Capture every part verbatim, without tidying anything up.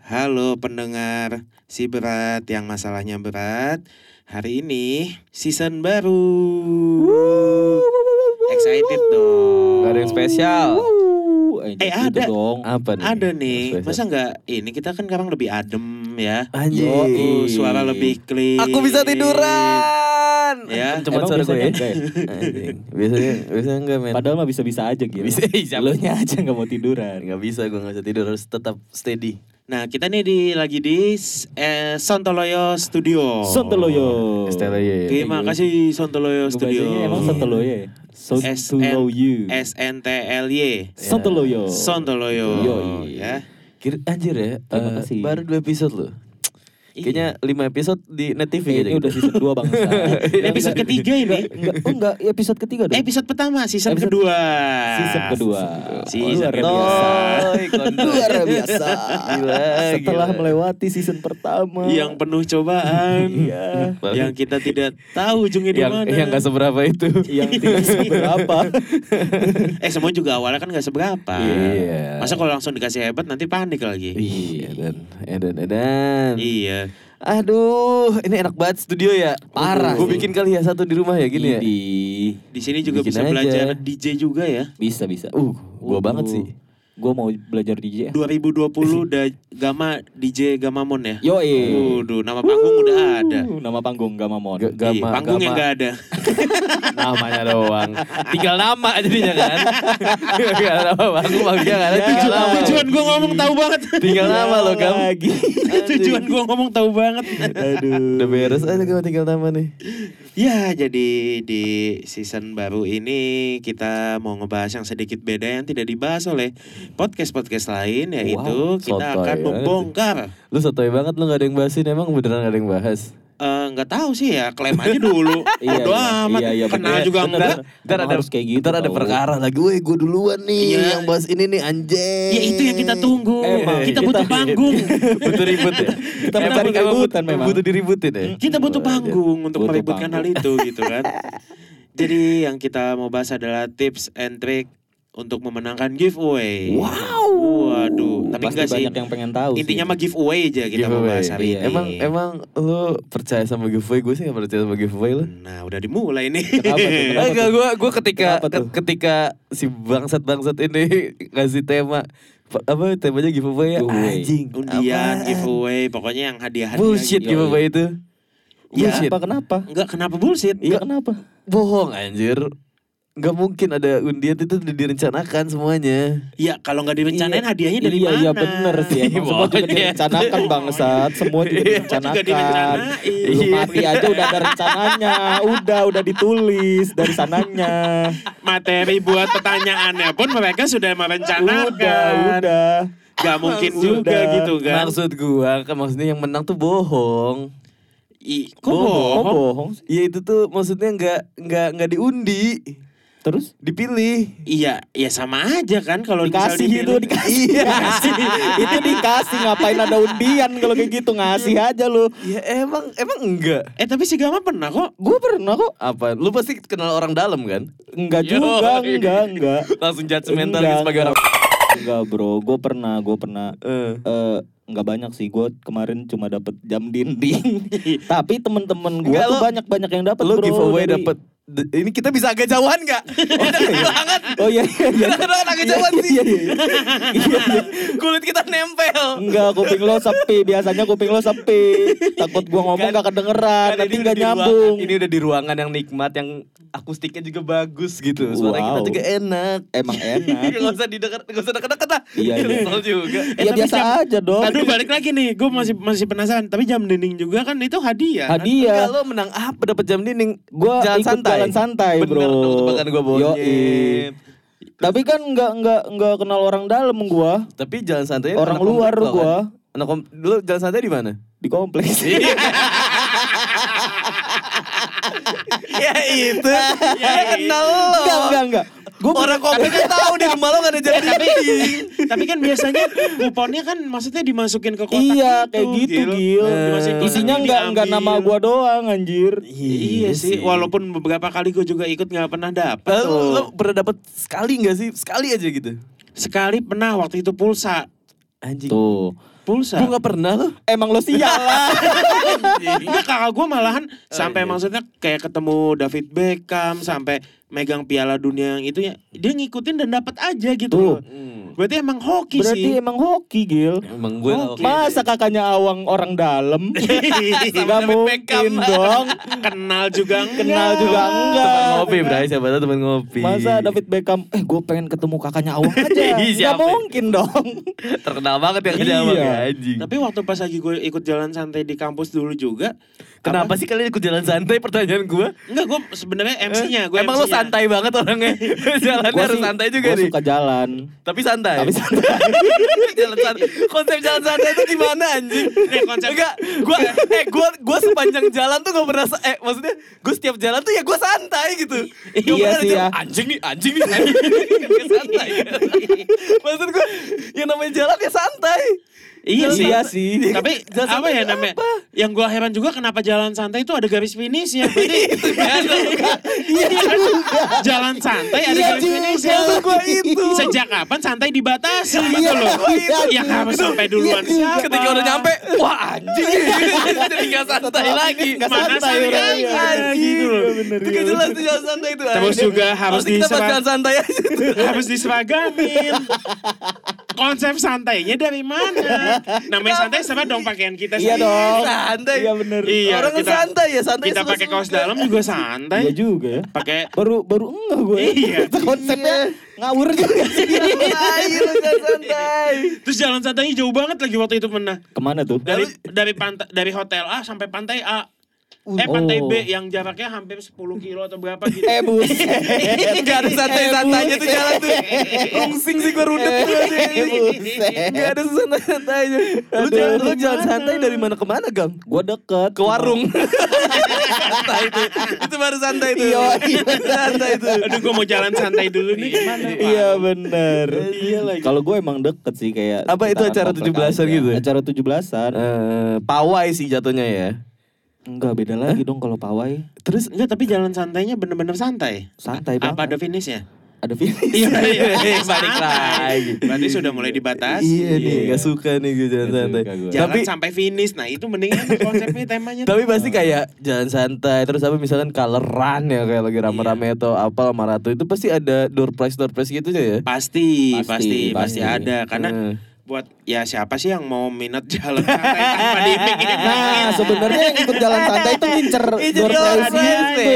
Halo pendengar si berat yang masalahnya berat. Hari ini season baru. Excited dong. Gak ada yang spesial. Eh, eh ada dong. Apa nih? Ada nih. Spesial. Masa nggak ini kita kan sekarang lebih adem ya. Anjing. Tuh, suara lebih clean. Aku bisa tiduran. Ya. Cuma Emang suara gue biasanya ya. enggak ya? Anjing. Biasanya biasanya enggak men. Padahal mah bisa-bisa aja gitu. Bisa, bisa. Lo nya aja gak mau tiduran. Enggak bisa, gue enggak bisa tidur, harus tetap steady. Nah kita nih di lagi di eh, Sontoloyo Studio. Sontoloyo. Estelle. Terima kasih Sontoloyo Studio. Bacanya emang Sontoloyo ya? Sontoloyo. S N T L Y. Sontoloyo. Sontoloyo. Yoi. Ya. Kira anjir ya. Terima eh, kasih. Baru dua episode loh. Kayaknya lima episode di Net T V Eh, aja. ini udah season dua bang. Episode ketiga ini. Enggak, oh enggak, episode ketiga dong. Episode pertama, season Episode- kedua. Season kedua. Season Luar kedua. biasa. Luar biasa. Gila, Setelah gila. melewati season pertama. Yang penuh cobaan. Iya. Yang kita tidak tahu ujungnya di yang mana. yang gak seberapa itu. Yang tidak seberapa. Eh semua juga awalnya kan gak seberapa. Iya. Masa kalau langsung dikasih hebat nanti panik lagi. Iya dan edan edan. Iya. Aduh, ini enak banget studio ya. Parah. Gue bikin kali ya satu di rumah ya gini ya. Di Di sini juga Bikin bisa aja. belajar D J juga ya. bisa bisa. Uh, gua banget sih. Gue mau belajar D J. dua ribu dua puluh da Gama D J Gamamon ya. Yo Waduh, nama panggung udah ada. Nama panggung Gamamon. Ga- Iya, Gama, panggung yang Gama. gak ada. Namanya doang. Tinggal nama jadinya kan. Tinggal nama panggung panggungnya kan ada tinggal nama. Tujuan gue ngomong tahu banget. Tinggal nama lo Gam. Lagi. Tujuan gue ngomong tahu banget. Aduh. Udah beres aja Gam, tinggal nama nih. Ya, jadi di season baru ini kita mau ngebahas yang sedikit beda yang tidak dibahas oleh podcast-podcast lain, yaitu Wow, kita sotoy akan banget. membongkar. Lu sotoy banget lu gak ada yang bahasin, emang beneran gak ada yang bahas? Eh, nggak tahu sih ya, klaim aja dulu. Iya, Bodo iya, amat. iya, iya, Kenal bener. juga Bener. enggak. Ntar Emang ada harus kayak gitu, ntar ada tau. perkara lagi, weh gue duluan nih Iya. yang bahas ini nih anjing. Ya itu yang kita tunggu. Emang, kita kita- butuh panggung. Butuh ribut ya? Kita Emang- mencari emang keributan butuh- memang. Butuh diributin ya? Kita butuh panggung untuk Butuh meributkan hal panggung. itu gitu kan. Jadi yang kita mau bahas adalah tips and trick untuk memenangkan giveaway. Wow. Waduh, tapi Pasti enggak sih. banyak yang pengen tahu. Intinya sih. mah giveaway aja kita mau Giveaway. bahas hari Iya, ini. Emang emang lu percaya sama giveaway? Gue sih gak percaya sama giveaway lu. Nah, udah dimulai nih. Kenapa tuh? Kenapa Eh, enggak, gue gue ketika Kenapa tuh? ketika si bangsat bangsat ini ngasih tema apa temanya giveaway ya Giveaway. anjing Undian, apaan? giveaway, pokoknya yang hadiah-hadiah. Bullshit gitu. giveaway itu. Ya. Bullshit. Kenapa kenapa? Enggak, kenapa bullshit? Iya kenapa? Bohong anjir. Gak mungkin ada undian itu udah direncanakan semuanya. Ya, kalau nggak direncanain Iya. hadiahnya dari iya, mana? Iya bener sih. Emang semua juga Monyet. direncanakan bangsat. Semua juga Juga direncanakan. direncanain. Lu mati aja udah ada rencananya. Udah, udah ditulis dari sananya. Materi buat pertanyaannya pun mereka sudah merencanakan. Udah, udah. Gak mungkin Maksud- juga udah. gitu kan. Maksud gua kan maksudnya yang menang tuh bohong. I, kok Kok bohong? bohong sih? Ya itu tuh maksudnya nggak nggak nggak diundi, Terus? dipilih. Iya, ya sama aja kan kalau misal Dikasih itu, dipilih. dikasih. Iya. Itu dikasih, ngapain ada undian kalau kayak gitu, ngasih aja lu. Ya emang emang enggak. Eh tapi si Gama pernah kok. Gue pernah kok. Apa? Lu pasti kenal orang dalam kan? Enggak Yo, juga, iya. enggak, enggak. Langsung judgmental Enggak, gitu sebagai orang. Enggak bro, gue pernah, gue pernah. Eh. eh Enggak banyak sih, gue kemarin cuma dapet jam dinding. Tapi temen-temen gue Enggak, tuh lo- banyak-banyak yang dapet Lu bro. giveaway dari- dapet. d- Ini kita bisa agak jauhan nggak? Oh, banget. Oh iya, iya, iya. Kita agak jauhan sih. Iya, iya, iya. Iya, iya. Kulit kita nempel. Enggak, kuping lo sepi. Biasanya kuping lo sepi. Takut gua ngomong Kan- gak kedengeran. Kan Nanti ini gak udah di ruangan- nyambung. Ini udah di ruangan yang nikmat, yang akustiknya juga bagus gitu. Suara kita Wow. juga enak. Emang enak. Gak usah didekat, gak usah deket-deket lah. Iya, iya. Kesel juga. Eh, Ya tapi biasa jam- aja dong. Aduh balik lagi nih, gue masih masih penasaran. Tapi jam dinding juga kan itu hadiah. kan? Hadiah. Kalau menang apa dapat jam dinding? Gua jalan ikut santai. jalan santai, Bener bro. dong, tebakan gua bonyet. Yoi. Tapi kan enggak enggak enggak kenal orang dalam gua. Tapi jalan santai Orang anak luar komplek lo gua. kan? Anak kom- dulu jalan santai di mana? Di kompleks. Ya itu. Ya kenal lo. Enggak, enggak, enggak. Gua Orang kompleknya tahu di rumah lo gak ada jam tapi, dinding. tapi kan biasanya kuponnya kan maksudnya dimasukin ke kotak Iya, gitu, kayak gitu, Gil. Dimasukin kotak, Isinya enggak enggak diambil. nama gua doang, anjir. Iya sih, walaupun beberapa kali gue juga ikut nggak pernah dapet Lalu tuh. lo pernah dapet sekali gak sih? Sekali aja gitu. Sekali pernah waktu itu pulsa. Anjing. Tuh. Pulsa. Gue gak pernah loh. Emang lo sial lah. Enggak, kakak gue malahan sampai iya. maksudnya kayak ketemu David Beckham, sampai megang Piala Dunia yang itu ya, dia ngikutin dan dapat aja gitu Tuh. loh. Hmm. Berarti emang hoki Berarti sih. emang hoki, Gil. Emang gue Oke. Masa kakaknya Awang orang dalam? Gak David Beckham. mungkin dong. Kenal juga enggak. Kenal juga enggak. Teman ngopi, Bray. Siapa tahu teman ngopi. Masa David Beckham, eh gue pengen ketemu kakaknya Awang aja. Gak Siapa? mungkin dong. Terkenal banget ya kerja Iya. abang ya, anjing. Tapi waktu pas lagi gue ikut jalan santai di kampus dulu juga. Kenapa apa- sih kalian ikut jalan santai? Pertanyaan gue. Enggak, gue sebenarnya M C-nya. Gue Emang lo santai banget orangnya. Jalannya Gua harus sih- santai juga gua nih. suka jalan. Tapi santai. Tapi santai. jalan santai. Konsep jalan santai itu gimana anjing? Nih, konsep- Enggak, gua eh gua gua sepanjang jalan tuh gak pernah sa- eh maksudnya gua setiap jalan tuh ya gua santai gitu. Gak Iya pernah ada sih jalan, ya. Anjing nih, anjing nih. Anjing. Gak santai. Maksud gua yang namanya jalan ya santai. Iya sih. Iya sih. Tapi Jalan apa santai ya itu namanya? apa? Yang gue heran juga kenapa jalan santai itu ada garis finish ya. Berarti Iya juga. jalan santai ada Iya garis juga. finish ya. Maksud gua itu. Sejak kapan santai dibatasi gitu Iya, loh. iya, Yang iya. harus sampai duluan Iya juga. siapa? Ketika udah nyampe, wah anjing. Jadi gak santai lagi. Nggak Mana santai santai orangnya. anjing gitu loh. Iya, bener, Itu gak iya. jelas tuh jalan santai itu. Terus juga harus Kita pas diserang- jalan santai aja. Harus diseragamin. Konsep santainya dari mana? Namanya santai sama dong pakaian kita Iya sendiri. dong. Santai. Iya bener. Iya, Orang kan kita- santai ya, santai Kita pakai kaos dalam juga Iya santai. juga ya. Pakai Baru baru enggak gue. Iya. Konsepnya ngawur juga sih. Ayo jalan santai. terus jalan santainya jauh banget lagi waktu itu pernah. Kemana tuh? Dari dari pantai dari hotel A sampai pantai A. Eh pantai Oh. B yang jaraknya hampir sepuluh kilo atau berapa gitu. Eh buset. Gak ada santai-santainya tuh jalan tuh. Rungsing sih gue rundet tuh. Eh, buset. Gak ada santai-santainya. Lu jalan, lu jalan santai dari mana ke mana, Gam? Gue deket Ke warung. Santai itu. Itu baru santai itu. Iya, iya. Santai itu. Aduh gue mau jalan santai dulu nih gimana Pak? Iya bener. Iya lagi. Kalau gue emang deket sih kayak. Apa itu sekitaran acara komplek tujuh belasan aja. gitu ya? Acara tujuh belasan. Eh, pawai sih jatuhnya ya. Enggak beda lagi dong kalau pawai. Terus enggak tapi jalan santainya bener-bener santai. Santai Apa banget. ada finishnya? Ada finish. Iya, Balik santai. lagi. Berarti sudah mulai dibatasi. Iya nih, gak suka nih gue jalan Gak santai. suka gue. Jalan Tapi sampai finish. Nah, itu mendingan konsepnya temanya. tapi pasti kayak jalan santai terus apa misalkan coloran ya kayak lagi rame-rame atau apa sama Ratu itu pasti ada door prize door prize gitu ya. Pasti, Pasti, pasti, pasti, pasti. ada karena Hmm. buat ya siapa sih yang mau minat jalan santai tanpa diiming-iming. Nah sebenarnya yang ikut jalan santai itu ngincer door prize gitu.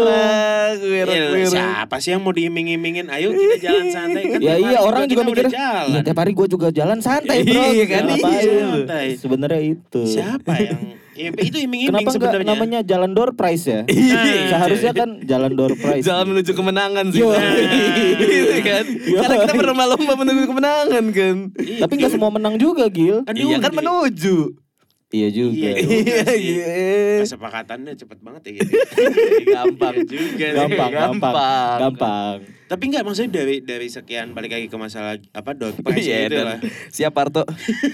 Iya, siapa sih yang mau diiming-imingin? Ayo kita jalan santai kan. Ya tiap iya hari orang juga kita mikir. udah jalan. Iya tiap hari gue juga jalan santai bro. Iya kan, Ngapain? iya. Santai. Sebenarnya itu. Siapa yang ya, itu iming-iming Kenapa enggak sebenarnya. namanya jalan door prize ya? Iya. Seharusnya kan jalan door prize. Jalan menuju kemenangan sih. Yo. Gitu kan. Yo. Karena kita berlomba-lomba menuju kemenangan kan. Tapi nggak semua menang juga Gil. Kan Iya kan diundi. menuju. Iya juga. Iya, iya Iya, sih. iya. Kesepakatannya cepet banget ya gitu. Gampang. Iya juga sih. Gampang, gampang, Gampang. gampang. Tapi enggak maksudnya dari dari sekian balik lagi ke masalah apa door prize Iya, gitu dan lah. siap Parto.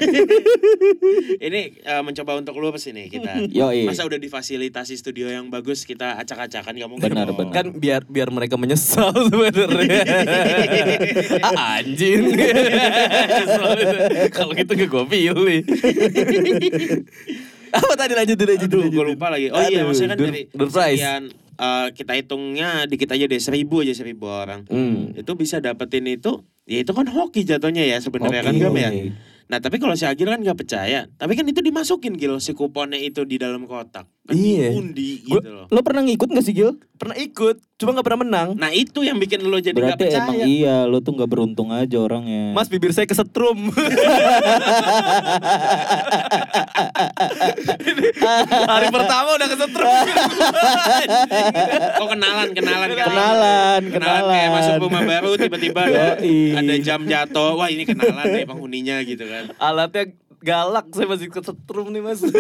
Ini eh, mencoba untuk lurus ini kita. Yoi. Masa udah difasilitasi studio yang bagus kita acak-acakan nggak mungkin. Benar, dong. benar. Kan biar biar mereka menyesal sebenarnya. Ah, anjing. Kalau gitu gak gue pilih. Apa tadi lanjut dulu lanjut Aduh, dulu. gue lupa lagi. Oh iya, Aduh, maksudnya kan door- dari door prize. sekian eh, kita hitungnya dikit aja deh seribu aja seribu orang. Hmm. Itu bisa dapetin itu, ya itu kan hoki jatuhnya ya sebenarnya kan Hoki, Gam ya. hoki. Nah tapi kalau si Agil kan nggak percaya, tapi kan itu dimasukin Gil si kuponnya itu di dalam kotak, kan Iya. diundi Gua- gitu loh. Lo pernah ngikut gak sih Gil? Pernah ikut, cuma gak pernah menang. Nah itu yang bikin lo jadi nggak Berarti percaya. emang iya lo tuh gak beruntung aja orangnya. Mas bibir saya kesetrum. Hari pertama udah kesetrum. Oh kenalan, kenalan, Kenalan, kayak kenalan. masuk rumah baru tiba-tiba ada, Yoi. ada jam jatuh, wah ini kenalan nih penghuninya gitu kan. Alatnya galak, saya masih kesetrum nih mas.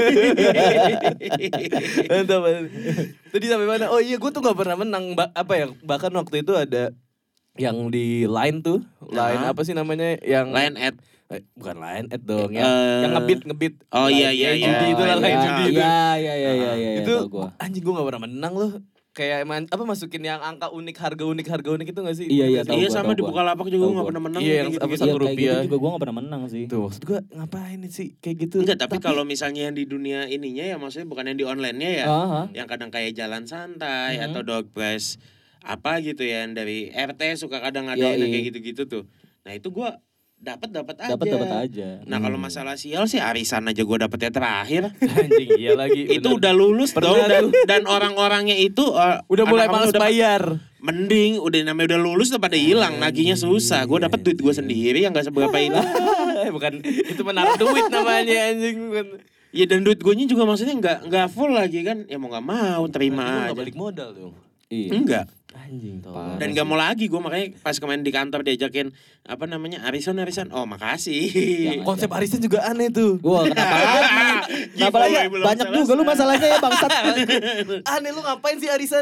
Mantap, mantap. Tadi sampai mana? Oh iya, gue tuh gak pernah menang. Ba- apa ya? Bahkan waktu itu ada yang di line tuh, line Nah. apa sih namanya? Yang Line at Eh, bukan line ad dong, yang, Eh, yang ngebit ngebit. oh iya, Line- iya, yang iya. judi itu lah, Oh, line iya. judi itu. Iya iya iya iya iya. Itu tau gua. anjing gue gak pernah menang loh. kayak man, apa masukin yang angka unik, harga unik, harga unik itu gak sih? Iya, iya, tahu Iya gua, sama tahu di gua. Bukalapak juga Tahu gue gak gua. pernah menang. Iya, yang kayak apa, gitu-gitu. satu Iya, kayak rupiah. gitu juga gue gak pernah menang sih. Tuh maksud gue ngapain sih kayak gitu. Enggak, tapi kalau misalnya yang di dunia ininya ya maksudnya bukan yang di online-nya ya. Aha. Yang kadang kayak jalan santai Mhm. atau dog press apa gitu ya yang dari R T suka kadang ada Yoi. yang kayak gitu-gitu tuh. Nah, itu gue dapat dapat aja. Dapat dapat aja. Nah, kalau masalah sial sih arisan aja gue dapetnya terakhir. Anjing iya lagi. Itu bener. udah lulus Pernah dong dan, tuh. dan orang-orangnya itu uh, Udah mulai anak-anak malas udah- bayar. Mending udah namanya udah lulus udah pada hilang, nagihnya susah. Gue dapet duit gue sendiri yang gak seberapa itu. Bukan itu menaruh duit namanya anjing bukan. Ya dan duit gue juga maksudnya nggak nggak full lagi kan. Ya mau nggak mau terima Gua aja. nggak balik modal dong. Iya. Enggak. Anjing tau. Parah. Dan gak mau lagi gue makanya pas kemarin di kantor diajakin apa namanya arisan arisan. Oh makasih. Jangan. Konsep arisan juga aneh tuh. Wah, kenapa lagi? Kenapa lagi? Giveaway belum Banyak juga lu selesai. masalahnya ya bangsat. Aneh lu ngapain sih arisan?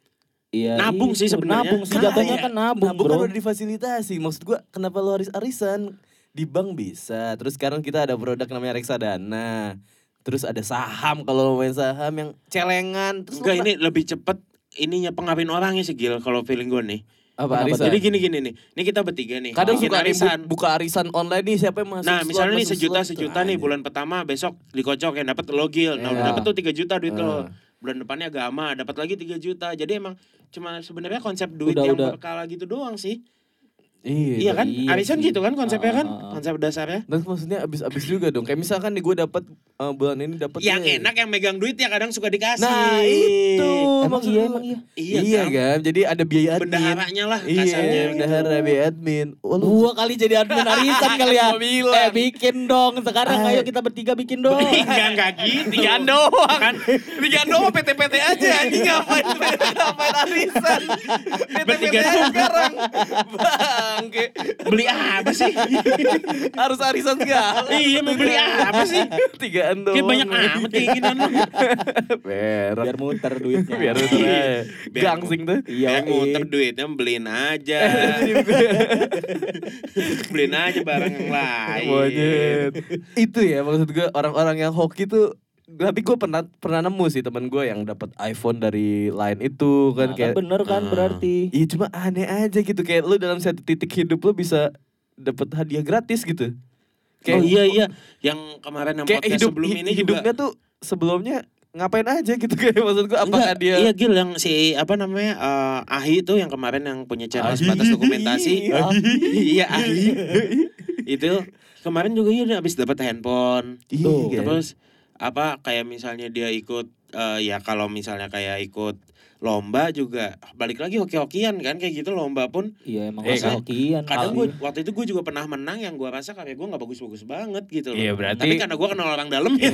Iya. Nabung sih itu, sebenarnya. Nabung sih jatuhnya Kayak kan nabung, nabung bro. kan udah difasilitasi. Maksud gua kenapa lu harus arisan? Di bank bisa. Terus sekarang kita ada produk namanya reksadana. Terus ada saham kalau lo main saham yang celengan. Terus lu Enggak, kena- ini lebih cepet ininya pengaruhin orangnya sih Gil kalau feeling gue nih. apa Kenapa arisan? Jadi gini-gini nih. Ini kita bertiga nih. Kadang bikin suka arisan. arisan. buka arisan online nih siapa yang masuk Nah slot, misalnya nih masuk sejuta slot. sejuta Tuh, nih anjing. bulan pertama besok dikocok yang dapat lo Gil. Nah udah Iya. dapet tuh tiga juta duit lo. Ah. Bulan depannya agama dapat lagi tiga juta. Jadi emang cuma sebenarnya konsep duit Udah, yang udah. berkala gitu doang sih. Iya, Iya kan? iya Arisan sih. gitu kan konsepnya Ah, kan? ah, ah. Konsep dasarnya. Dan maksudnya abis-abis juga dong. Kayak misalkan nih gue dapat uh, bulan ini dapat Yang enak yang megang duit ya kadang suka dikasih. Nah itu Emang maksud iya, gua. emang iya. Iya, Iya kan? kan. Jadi ada biaya admin. Bendaharanya lah Iya, kasarnya. bendahara biaya admin. Oh, lu Gua kali jadi admin arisan kali ya. Gua bilang. Eh bikin dong. Sekarang Ah. ayo kita bertiga bikin dong. Enggak enggak gitu. Tigaan doang kan. Tigaan doang P T P T aja anjing ngapain ngapain arisan. P T P T Bertiga aja doang. sekarang. Bangke. Beli apa sih? Harus arisan segala. Iya mau beli apa sih? Tigaan doang. Kayak banyak amat keinginan lu. Berak. Biar muter duitnya. Biar muter aja. Biar Gangsing tuh. Iya. Yang muter duitnya beliin aja. Beliin aja barang yang lain. Monyet. Itu ya maksud gue orang-orang yang hoki tuh. Tapi gue pernah pernah nemu sih teman gue yang dapat iPhone dari Line itu kan Nah, kayak. kan bener kan Ah. berarti. Iya cuma aneh aja gitu kayak lu dalam satu titik hidup lu bisa dapat hadiah gratis gitu. Oh iya iya. Yang kemarin yang Kayak podcast hidup sebelum hi- ini hidupnya juga. tuh sebelumnya ngapain aja gitu kayak maksud gue apakah Enggak, dia Iya Gil yang si apa namanya eh, Ahi tuh yang kemarin yang punya channel Ahi. sebatas dokumentasi. Ahi. Iya Ahi. Itu kemarin juga dia habis dapat handphone. Iya, Tuh, kan? Terus apa kayak misalnya dia ikut eh, ya kalau misalnya kayak ikut lomba juga balik lagi hoki-hokian kan kayak gitu lomba pun Iya emang Eh, kan? hoki-hokian. kadang kali. gue waktu itu gue juga pernah menang yang gue rasa karya gue nggak bagus-bagus banget gitu loh. Iya, berarti- Tapi karena gue kenal orang dalam ya.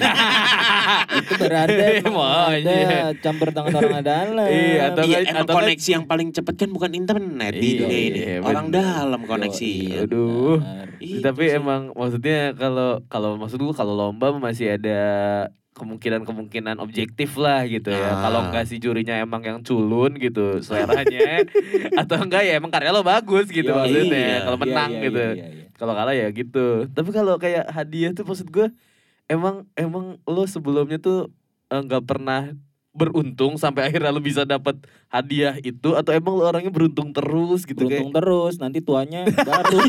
itu berada emang Monyet. ada campur tangan orang dalam. Iya, atau Iya, kan- emang atau kan- koneksi yang paling cepet kan bukan internet di Iya, dunia ini. iya, Orang bener. dalam koneksi. Yoi, Aduh. benar. Itu tapi sih. emang maksudnya kalau kalau maksud gue kalau lomba masih ada kemungkinan-kemungkinan objektif lah gitu ya. Ah. Kalau enggak si jurinya emang yang culun gitu seleranya atau enggak ya emang karya lo bagus gitu Iya, maksudnya. iya. Kalau Iya, menang iya, gitu. iya, iya, iya. Kalau kalah ya gitu. Tapi kalau kayak hadiah tuh maksud gue emang emang lo sebelumnya tuh enggak pernah beruntung sampai akhirnya lo bisa dapat hadiah itu atau emang lo orangnya beruntung terus gitu Beruntung terus, nanti tuanya baru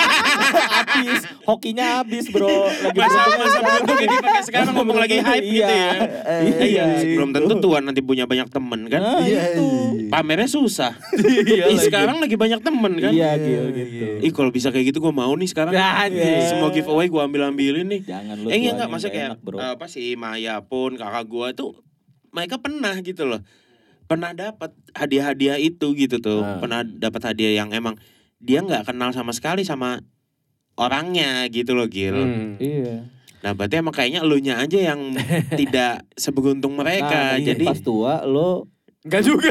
habis, hokinya habis bro. Lagi Masa beruntungnya masa sekarang. beruntung ini pakai sekarang ngomong lagi hype gitu ya. Iya, Iya, gitu. belum tentu tuan nanti punya banyak temen kan. Nah, itu. Pamernya susah. Iya, Ih, lagi. sekarang lagi banyak temen kan. Iya, Gil, gitu. Ih kalau bisa kayak gitu gue mau nih sekarang. Ya, anjing. Semua giveaway gue ambil-ambilin nih. Jangan lu Eh iya tuanya enggak maksudnya kayak enak, bro. apa sih Maya pun kakak gue tuh mereka pernah gitu loh. Pernah dapat hadiah-hadiah itu gitu tuh. Ah. Pernah dapat hadiah yang emang dia nggak kenal sama sekali sama orangnya gitu loh Gil. Hmm. Iya. Nah berarti emang kayaknya elunya aja yang tidak seberuntung mereka. Nah, Jadi pas tua lo Enggak juga.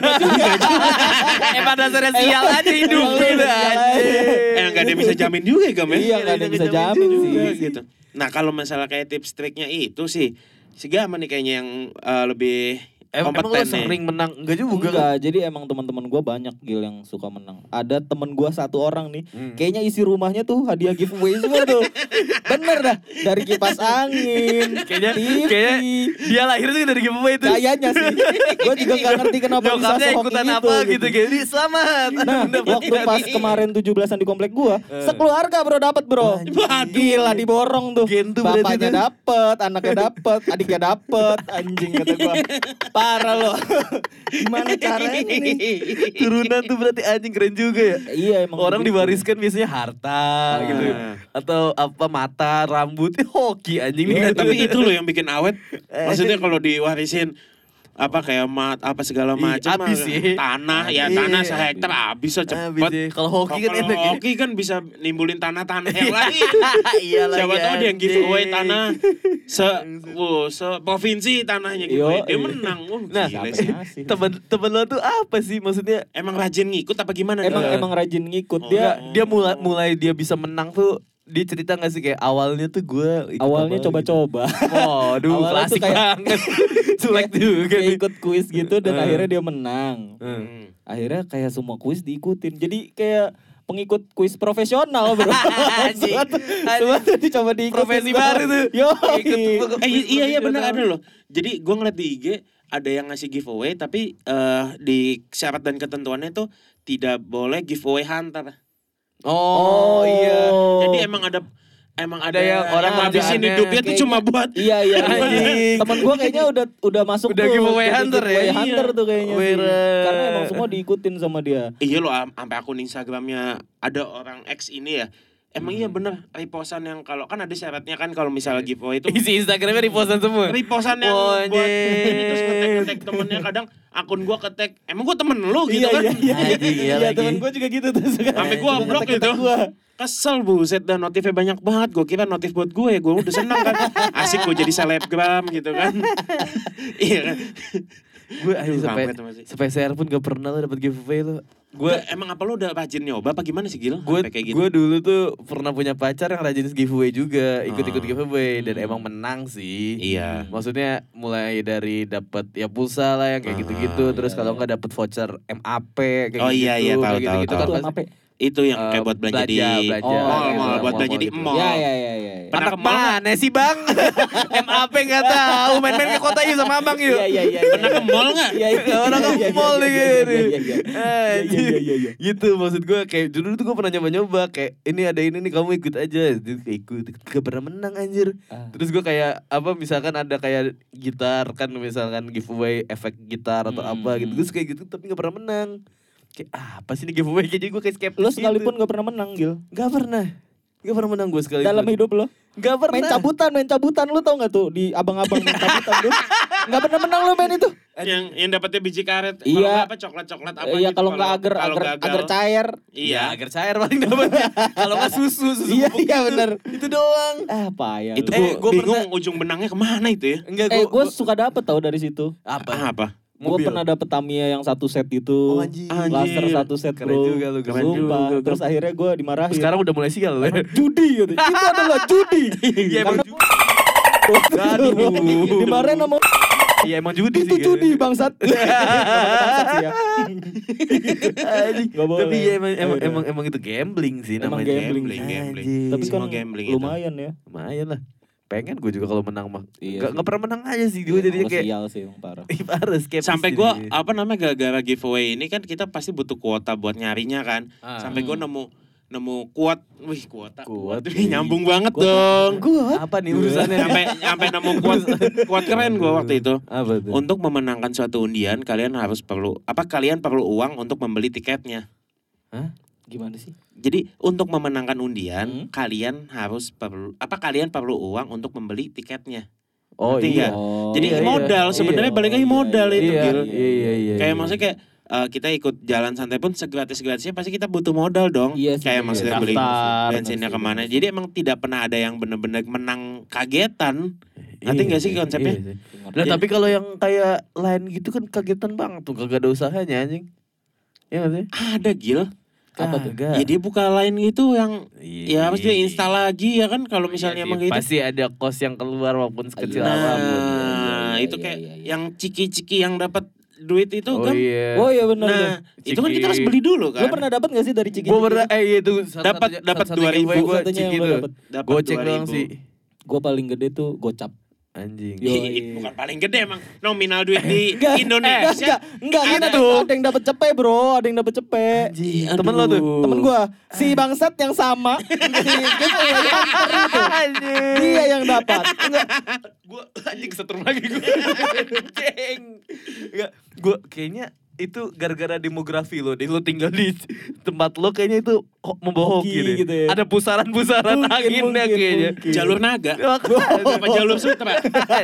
Emang dasarnya sial aja hidup Emang lu gitu sial aja. aja. eh nggak ada yang bisa jamin juga ya Gam ya. Iya, nggak ada yang bisa jamin juga, sih. gitu. Nah kalau masalah kayak tips triknya itu sih si Gama nih kayaknya yang uh, lebih Em- emang lo kompeten nih. sering menang? Enggak juga kan? Enggak, jadi emang teman-teman gue banyak Gil yang suka menang. Ada temen gue satu orang nih, Hmm. kayaknya isi rumahnya tuh hadiah giveaway semua tuh. Bener dah, dari kipas angin, Kayaknya T V. kayaknya dia lahir tuh dari giveaway itu. Kayaknya sih. Gue juga gak ngerti kenapa bisa Nyokapnya sehoki ikutan itu, apa gitu Jadi selamat. Nah, waktu pas kemarin tujuh belasan di komplek gua, sekeluarga bro dapat bro. Gila diborong tuh. Gen tuh berarti Bapaknya tuh. dapet, anaknya dapet, adiknya dapet. Anjing kata gua. Parah loh. Gimana caranya nih? Turunan tuh berarti anjing keren juga ya. Iya emang Orang begitu. diwariskan biasanya harta gitu. Atau apa mata, rambut, hoki anjing nih. Eh, tapi itu loh yang bikin awet. Maksudnya kalau diwarisin apa kayak mat apa segala Ih, macam habis mah, sih. tanah ya Iya. tanah sehektar habis aja Habis cepet. sih. Kalau hoki kan Kalau enak ya. hoki kan bisa nimbulin tanah-tanah yang lain. Iya lagi, Siapa tahu dia yang anjing. giveaway tanah se wow, se provinsi tanahnya giveaway. Yo, Dia iya. menang. Wah, Nah, gila Siapa sih. ngasih? Temen temen lo tuh apa sih maksudnya? Emang rajin ngikut apa gimana? Emang nih? emang rajin ngikut Oh, dia. enggak. Dia mulai mulai dia bisa menang tuh dia cerita gak sih kayak awalnya tuh gue Awalnya coba-coba. Oh, aduh Awalnya tuh klasik kayak- banget. Sulek juga Kayak nih. ikut kuis gitu dan Eh. akhirnya dia menang. Hmm. Akhirnya kayak semua kuis diikutin. Jadi kayak pengikut kuis profesional bro. Anjing. Semua tuh- semua tuh dicoba diikutin. Profesi bro. baru tuh. Yo. Ikut- Eh i- iya iya benar ada loh. Jadi gue ngeliat di I G ada yang ngasih giveaway tapi eh, di syarat dan ketentuannya tuh tidak boleh giveaway hunter. Oh, iya. Jadi emang ada emang ada, Ada yang orang ngabisin kerjaannya hidupnya tuh kayaknya- cuma buat Iya iya. Anjing. Temen gue kayaknya udah udah masuk Udah tuh. giveaway Jadi hunter ya? giveaway Iya. hunter tuh kayaknya. sih. Bener. Karena emang semua diikutin sama dia. iya loh am- sampai akun Instagramnya ada orang X ini ya. Emang iya bener reposan yang kalau kan ada syaratnya kan kalau misalnya giveaway itu Isi Instagramnya repostan semua. reposan yang Oh, buat anjing. ini terus ngetek-ngetek temennya kadang akun gua ketek emang gua temen lu gitu Iya kan. iya iya. Anjing, iya Iya lagi. temen gue juga gitu tuh. suka- Sampai gua suka blok ngetek-ngetek gitu. gua. Kesel buset dan notifnya banyak banget. Gue kira notif buat gue ya. Gue udah seneng kan. Asik gue jadi selebgram gitu kan. Iya kan. Gue Aduh, sampai kampret masih. sampai share pun gak pernah lo dapet giveaway lo. Gue Gue emang apa lu udah rajin nyoba apa gimana sih Gil? gue Sampai kayak gitu. gue dulu tuh pernah punya pacar yang rajin giveaway juga, ikut-ikut Oh. giveaway dan Hmm. emang menang sih. Iya. Maksudnya mulai dari dapat ya pulsa lah yang kayak Ah, gitu-gitu, terus iya, kalau iya. nggak dapat voucher M A P kayak Oh, gitu. iya, iya, tahu, kayak tahu, gitu-gitu tahu. kan Itu pasti- apa? Itu yang Eh, kayak buat belanja, di belanja, Oh, mall, gitu, mall, buat belanja di gitu. mall. Iya iya iya iya. Pernah Anak ke mall nggak? mana sih bang? M A P nggak tahu, main-main ke kota yuk sama abang yuk. Iya iya iya. Pernah ke mall nggak? Iya iya. Orang ke Iya, iya, mall iya, nih iya, gini. iya, iya, iya. Anjing. Iya, iya, iya. Gitu maksud gue kayak dulu tuh gue pernah nyoba-nyoba kayak ini ada ini nih kamu ikut aja. Terus kayak ikut gak pernah menang anjir. Ah. Terus gue kayak apa misalkan ada kayak gitar kan misalkan giveaway efek gitar atau Hmm, apa gitu. hmm. Terus kayak gitu tapi gak pernah menang. Kayak ah, apa sih ini giveaway kayak jadi gue kayak skeptis Lo gitu. sekalipun gak pernah menang Gil. Gak pernah. Gak pernah menang gue sekali. Dalam hidup lo. Gak pernah. Main cabutan, main cabutan lu tau gak tuh di abang-abang main cabutan tuh. Gak pernah menang lu main itu. Yang yang dapatnya biji karet. Kalau Iya. nggak apa coklat-coklat apa Iya gitu. kalau nggak agar kalau agar gagal. agar cair. Iya, Iya. agar cair paling dapatnya. Kalau nggak susu, susu Iya bubuk iya gitu. benar. Itu doang. Ah payah. Itu lu. Eh, gue gua bingung pernah- ujung benangnya kemana itu ya. Enggak Eh gue gue suka dapet tau dari situ. apa? Ah, apa? Gue Mobil. pernah dapet Tamiya yang satu set itu. Oh, anjir. Laser Anjir. satu set Keren bro. juga lu, keren Sumpah. juga. Terus akhirnya gue dimarahin. Sekarang udah mulai sial loh. judi gitu. Itu adalah judi. Iya emang Karena- judi. Aduh. Dimarahin sama Iya emang judi itu sih. judi bangsat. Namanya bangsat sih ya. Anjing. Nggak boleh. Tapi ya emang emang Akhirnya. emang emang itu gambling sih Emang namanya. gambling, gambling, gambling. Anjing. Tapi kan Semua gambling itu. lumayan ya. lumayan lah. Pengen gue juga kalau menang mah. Iya Gak, sih. gak pernah menang aja sih gue jadinya Lo kayak sial sih emang parah. ih parah skeptis. Sampai sih gue dia. apa namanya gara-gara giveaway ini kan kita pasti butuh kuota buat nyarinya kan. Ah. Sampai gue nemu nemu kuat, wih kuota, Kuat, kuat, iya. nyambung banget Kuat. dong. Gue apa nih urusannya? Sampai sampai nemu kuat, kuat keren gue waktu itu. Apa tuh? Untuk memenangkan suatu undian kalian harus perlu apa kalian perlu uang untuk membeli tiketnya. gimana sih? Jadi untuk memenangkan undian Hmm. kalian harus perlu apa kalian perlu uang untuk membeli tiketnya. Oh Ngerti iya. nggak? Oh, Jadi iya, modal iya. sebenarnya Iya, balik lagi iya, modal iya, itu Iya, Gil. iya, iya, iya. Kayak iya. maksudnya kayak eh, kita ikut jalan santai pun segratis-gratisnya pasti kita butuh modal dong. Iya sih, Kayak iya. maksudnya beli Daftar, bensinnya bener sih, kemana. bener sih. Jadi emang tidak pernah ada yang benar-benar menang kagetan. Ngerti Iya, nggak sih iya, konsepnya? iya sih. Nah, tapi kalau yang kayak lain gitu kan kagetan banget tuh, kagak ada usahanya anjing. Iya gak sih? Ada Gil. Apa tuh? Kagak. Ya dia buka lain gitu yang Iya, ya harus dia install lagi ya kan kalau misalnya Iya emang sih, gitu. pasti ada kos yang keluar walaupun sekecil Iya. apapun. Nah, Nah, iya, itu iya, kayak iya, iya. yang ciki-ciki yang dapat duit itu Oh kan. iya. Oh iya benar. Nah, itu kan Ciki. kita harus beli dulu kan. Lu pernah dapat gak sih dari Ciki? Gue pernah eh iya itu Dapat dapat dua ribu gue satunya yang ciki gua tuh. dapet. Dapat Goceng dua doang ribu. sih. Gue paling gede tuh gocap. Anjing. Yo. Ih, bukan paling gede emang nominal duit di Enggak, Indonesia. enggak, enggak, Ada ada, tuh. ada yang dapat cepet bro, ada yang dapat cepet. Anjing. Aduh. Temen lo tuh. Temen gua, si bangsat yang sama, si giveaway hunter itu, Anjing. dia yang dapat. Enggak, Gue anjing setrum lagi gue. Ceng. Enggak, gue kayaknya itu gara-gara demografi lo, lo tinggal di tempat lo kayaknya itu ho- membawa Hoki hoki deh. gitu ya. Ada pusaran-pusaran Mungkin, anginnya mungkin, kayaknya. mungkin. Jalur naga. Apa jalur sutra?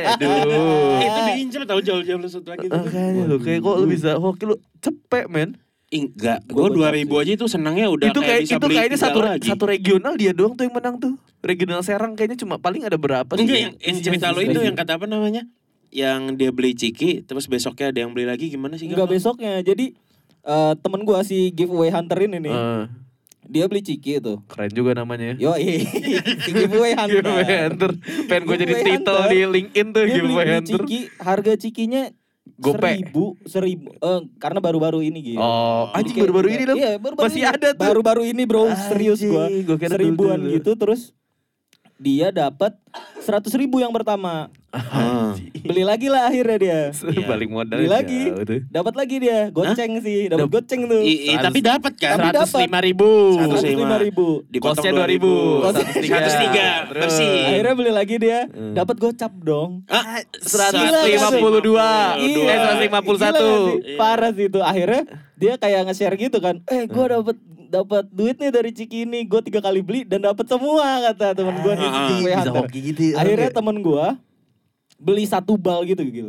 Aduh. Itu diincar tahu jalur-jalur sutra gitu. Makanya lo kayak kok lo bisa hoki lo cepet men. Enggak, Gua gue dua gocap ribu sih. aja itu senangnya udah Itu kayak kayak bisa itu beli kayaknya tiga satu lagi. satu regional dia doang tuh yang menang tuh. Regional Serang kayaknya cuma paling ada berapa sih? Enggak, yang, yang Iya, cerita lo iya, itu iya. yang kata apa namanya? Yang dia beli ciki, terus besoknya ada yang beli lagi gimana sih? enggak Gak? besoknya. Jadi eh, temen gua si giveaway hunter ini nih, Eh, dia beli Ciki tuh. keren juga namanya ya. Yo, si giveaway hunter. Giveaway Hunter. Pengen gue jadi Giveaway titel Hunter. di LinkedIn tuh Dia beli, Giveaway beli Hunter. Ciki, harga Cikinya Gope. seribu, seribu, eh, karena baru-baru ini gitu. Oh, Jadi anjing kayak- baru-baru ini dong. Iya, baru-baru Masih ini. ada tuh. Baru-baru ini bro, serius gua. Anjing, gua kira Seribuan dulu-dulu. gitu, terus dia dapat seratus ribu yang pertama. Ah. Beli lagi lah akhirnya dia. Iya. Balik modal Beli lagi. jauh tuh. Dapat lagi dia, goceng sih, dapat Dap- goceng tuh. I, i, tapi dapat kan? Tapi Seratus dapat. lima ribu. Seratus seratus lima ribu. Dipotong Kosnya dua ribu. Kos- Seratus tiga. Terus. bersih. Akhirnya beli lagi dia, Hmm. dapat gocap dong. Ah, Seratus Gila, lima puluh dua. Iya. Eh seratus lima puluh Gila satu. gak sih? Parah sih itu. Akhirnya dia kayak nge-share gitu kan. Eh, gua dapat dapat duit nih dari Ciki ini. Gua tiga kali beli dan dapat semua kata teman gua nih. Ah, si giveaway Bisa hunter. hoki gitu. ya. Akhirnya temen gua beli satu bal gitu gitu.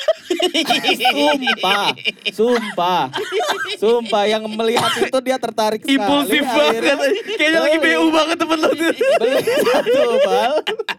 Sumpah, sumpah, sumpah yang melihat itu dia tertarik sekali. impulsif Akhirnya banget. Kayaknya lagi B U banget temen lo tuh. beli satu bal,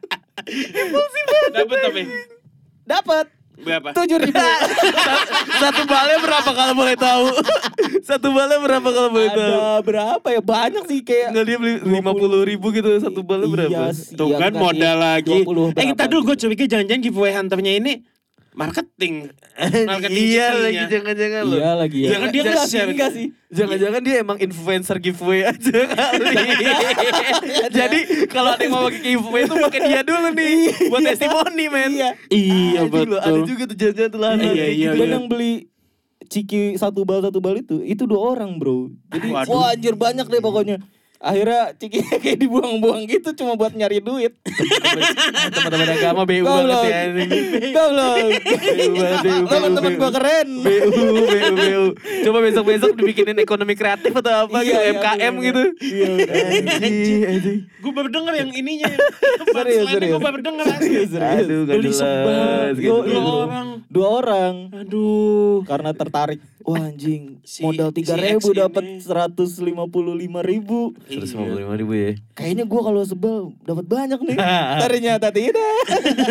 dapat tapi dapat berapa? tujuh ribu. Satu balnya berapa kalau boleh tahu? Satu balnya berapa kalau boleh tahu? Ada berapa ya? Banyak sih kayak. Enggak dia beli lima puluh ribu gitu satu balnya berapa? Iya sih, Tuh iya, kan enggak modal sih, lagi. dua puluh Eh kita berapa dulu gue gitu. curiga jangan-jangan giveaway hunternya ini marketing. Marketing Iya cikinya. lagi jangan-jangan loh. Iya lagi ya. Jangan dia enggak sih, nge-share. enggak sih. Jangan-jangan dia emang influencer giveaway aja kali. Jadi kalau ada yang mau pakai giveaway itu pakai dia dulu nih buat testimoni men. Iya. Iya Anjing loh, ada betul. juga tuh jangan-jangan tuh lah. Iya, iya, Dan iya. yang beli Ciki satu bal satu bal itu, itu dua orang bro. Jadi Waduh. wah anjir banyak deh pokoknya. Akhirnya Ciki kayak dibuang-buang gitu cuma buat nyari duit. Teman-teman agama B U banget Goblok. ya anjing. Goblok. B U banget, B U, Teman-teman gua keren. B U, B U, B U. Coba besok-besok dibikinin ekonomi kreatif atau apa gitu, Iya, M K M iya, gitu. Iya. Anjing, anjing. Gue baru denger yang ininya. Serius, serius. Gue baru denger asli. Serius, serius. Aduh, gak Beli jelas, sebal. gak Yo, jelas. Dua iya. orang. Dua orang. Aduh. Karena tertarik. Wah anjing, Si- modal si tiga ribu X dapat ini. seratus lima puluh lima ribu. seratus lima puluh lima ribu ya. Kayaknya gua kalau sebel dapat banyak nih. Ternyata tidak.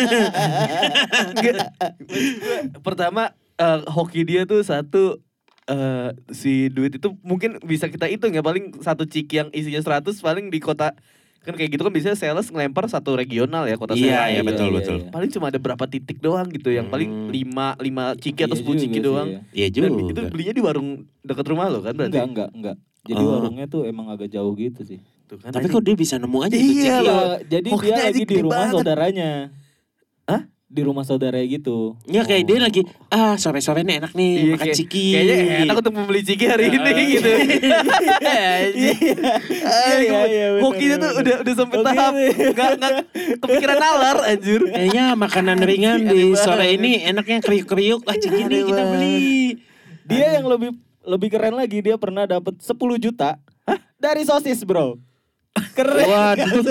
Enggak. Pertama eh, hoki dia tuh satu eh, si duit itu mungkin bisa kita hitung ya, paling satu ciki yang isinya seratus paling di kota kan kayak gitu kan biasanya sales ngelempar satu regional ya kota Iya, Serang. iya, betul, iya, betul. iya. Paling cuma ada berapa titik doang gitu yang paling Hmm. lima lima ciki atau Iya sepuluh juga ciki sih, doang. iya. Iya Dan juga. itu belinya di warung dekat rumah lo kan berarti. Enggak, enggak, enggak. Jadi Oh. warungnya tuh emang agak jauh gitu sih. Tuh kan, Tapi anjing. kok dia bisa nemu aja Iya, itu ciki? loh. Iya, jadi Hokinya dia lagi anjing di gede rumah banget. saudaranya. Hah? Di rumah saudaranya gitu. Ya kayak dia lagi, ah sore-sore nih enak nih Iya, makan kayak- ciki. Kayaknya enak untuk membeli ciki hari ini gitu. Anjing. Iya, iya, iya, bener, Hokinya tuh bener. udah udah sampai Hokinya tahap tuh. nggak nggak kepikiran nalar anjir. Kayaknya makanan ringan di sore ini enaknya kriuk-kriuk. Ah ciki nih kita beli. Dia yang lebih lebih keren lagi, dia pernah dapat sepuluh juta dari sosis, Bro. Keren. Waduh.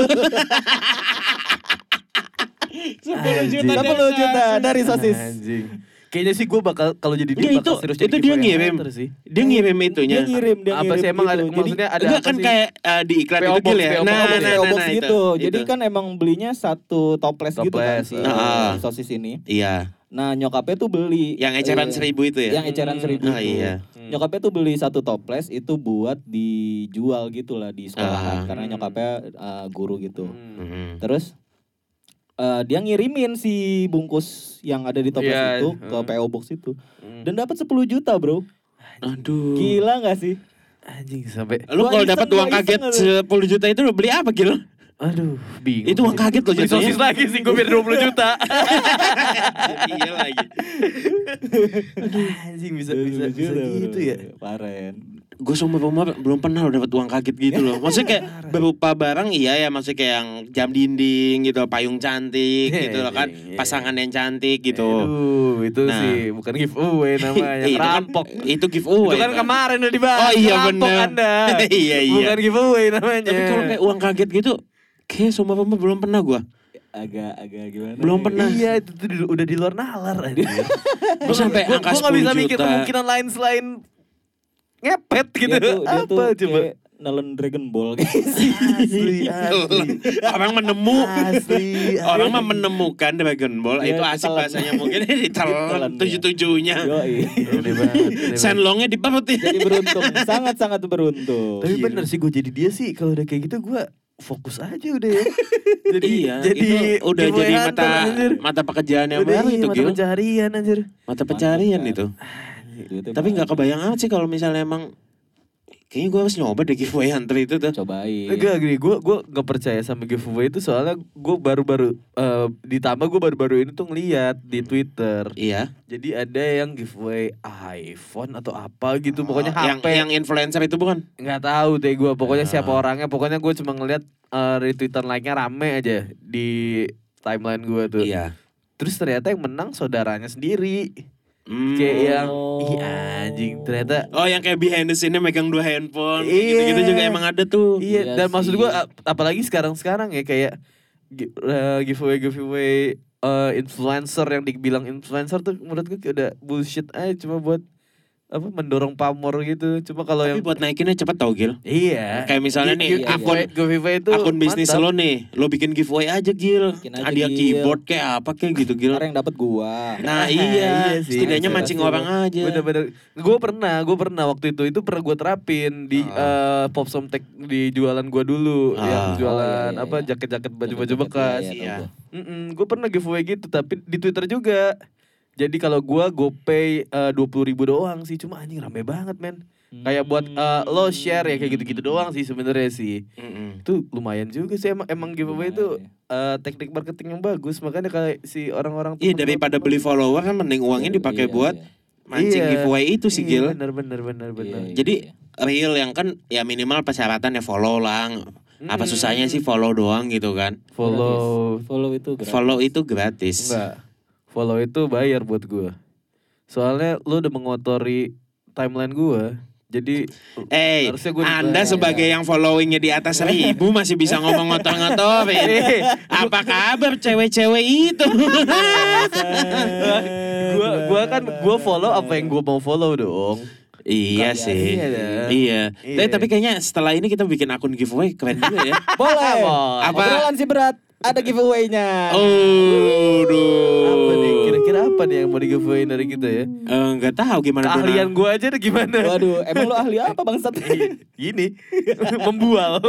sepuluh juta. sepuluh juta dari sosis. Anjing. Kayaknya sih gue bakal kalau jadi dia Dia bakal itu serius itu jadi dia giveaway ngirim. hunter sih. Dia ngirim itunya. Dia ngirim, dia Apa ngirim sih emang gitu. ada Jadi maksudnya ada Enggak apa kan sih? kayak eh, di iklan P O itu box, gil ya. P O box, Nah, P O nah, box, nah, P O box nah, gitu. itu, Jadi itu. kan emang belinya satu toples, gitu kan Toples, si ah. sosis ini. Iya, Nah nyokapnya tuh beli yang eceran eh, seribu itu ya. Yang eceran Hmm. seribu Ah, itu. iya. Hmm. Nyokapnya tuh beli satu toples itu buat dijual gitu lah di sekolahan. Ah. Karena nyokapnya uh, guru gitu. Hmm. Hmm. Terus eh, dia ngirimin si bungkus yang ada di toples Iya, itu ke hmm. P O Box itu. Hmm. Dan dapat sepuluh juta, Bro. Aduh. Gila gak sih? Anjing sampai Lu Gua kalau iseng, dapat gua uang iseng kaget lu. sepuluh juta itu lu beli apa, Gil? aduh bingung. Itu uang kaget loh Beli jatuhnya. sosis lagi sih gue biar dua puluh juta. Iya lagi. Anjing bisa bisa, bisa gitu ya. Paren. Gue seumur umur belum pernah lo dapat uang kaget gitu loh. Maksudnya kayak berupa barang iya ya, maksudnya kayak yang jam dinding gitu, payung cantik Iya, gitu loh kan, iya, iya. pasangan yang cantik gitu. Aduh, itu Nah. sih bukan giveaway namanya, Itu kan- rampok. Itu giveaway. Itu kan Bang. kemarin udah dibahas. Oh iya rampok bener. Anda. Iya, iya. Bukan giveaway namanya. Tapi kalau kayak uang kaget gitu, kayak seumur umur belum pernah gue. Agak-agak gimana? Belum ya? pernah. Iya itu tuh di- udah di luar nalar aja. Gue sampai Gue angka gak bisa sepuluh mikir juta. kemungkinan lain selain ngepet gitu. Dia tuh, dia Apa tuh coba? kayak nelen Dragon Ball kayak sih. Asli, asli. Orang menemu. Asli. Orang mah menemukan Dragon Ball Iya, itu asik ditelan. bahasanya mungkin Ditelan, ditelan ya. tujuh-tujuhnya. Yoi. Aneh banget, aneh banget. Senlongnya diparut ya. Jadi beruntung, sangat-sangat beruntung. Tapi bener sih gue jadi dia sih kalau udah kayak gitu gue fokus aja udah ya. Jadi Iya, jadi itu udah giveaway jadi hunter, mata anjir. mata pekerjaan yang Udah baru iya, itu mata Gil. pencaharian anjir. Mata pencarian Mantap. itu. Duitnya Tapi nggak banyak. kebayang amat sih kalau misalnya emang kayaknya gue harus nyoba deh giveaway hunter itu tuh. Cobain. Enggak gini, gue gue gak percaya sama giveaway itu soalnya gue baru-baru eh, ditambah gue baru-baru ini tuh ngeliat di Twitter. Iya. Jadi ada yang giveaway iPhone atau apa gitu, pokoknya Oh, yang H P. yang influencer itu bukan? Nggak tahu deh gue, pokoknya Ah. siapa orangnya, pokoknya gue cuma ngeliat eh, retweetan like-nya rame aja di timeline gue tuh. Iya. Terus ternyata yang menang saudaranya sendiri. Hmm. Kayak yang Oh. ih anjing ternyata. Oh yang kayak behind the scene-nya megang dua handphone. Iya. Gitu-gitu juga emang ada tuh. Iya, Iya dan maksud sih. gue ap- apalagi sekarang-sekarang ya kayak gi- eh, giveaway giveaway eh, influencer yang dibilang influencer tuh menurut gue kayak udah bullshit aja, cuma buat apa mendorong pamor gitu. Cuma kalau Tapi yang buat naikinnya cepet tau Gil. iya. Kayak misalnya nih, Gi- akun- giveaway, giveaway itu Akun bisnis mantap. lo nih, lo bikin giveaway aja Gil. Bikin aja, Hadiah Gil. keyboard kayak apa kayak gitu Gil. Ntar yang dapat gua. Nah iya, sih. setidaknya Bisa, mancing bisa. orang aja. Bener-bener. Gue pernah, gue pernah waktu itu itu pernah gue terapin di Ah. eh, Pop Somtek di jualan gue dulu, Ah. yang Oh, jualan iya, iya, apa iya. jaket-jaket baju-baju Jaket-jaket, bekas. iya, iya, Iya. tahu gua. Gue pernah giveaway gitu, tapi di Twitter juga. Jadi kalau gue GoPay dua puluh ribu doang sih, cuma anjing rame banget men. Kayak buat eh, lo share ya kayak gitu-gitu doang sih sebenarnya sih. Mm-mm. Itu lumayan juga sih emang emang giveaway itu Lumayan, eh, teknik marketing yang bagus, makanya kayak si orang-orang tuh Iya daripada beli follower kan mending uangnya dipakai Iya, buat iya. mancing Iya. giveaway itu sih Iya, Gil. bener bener bener bener. Iya, Jadi iya. real yang kan ya minimal persyaratan ya follow lah. Apa Mm. susahnya sih follow doang gitu kan. Follow Follow itu gratis. Follow itu gratis. enggak. Follow itu bayar buat gue. Soalnya lu udah mengotori timeline gue. Jadi Eh, harusnya gue Anda sebagai yang followingnya di atas seribu masih bisa ngomong ngotor-ngotorin. Eh, Apa kabar cewek-cewek itu? gua gua kan gua follow apa yang gua mau follow dong. Iya Iya, sih. iya dah. Iya. Iya. Tapi, tapi kayaknya setelah ini kita bikin akun giveaway keren juga ya. Boleh. Apa? Obrolan si berat. Ada giveaway-nya. Oh, duh. Apa nih? Kira-kira apa nih yang mau di giveaway dari kita ya? Eh, nggak tahu gimana Keahlian gua aja deh gimana? Waduh, emang lo ahli apa bangsat? Gini, membual.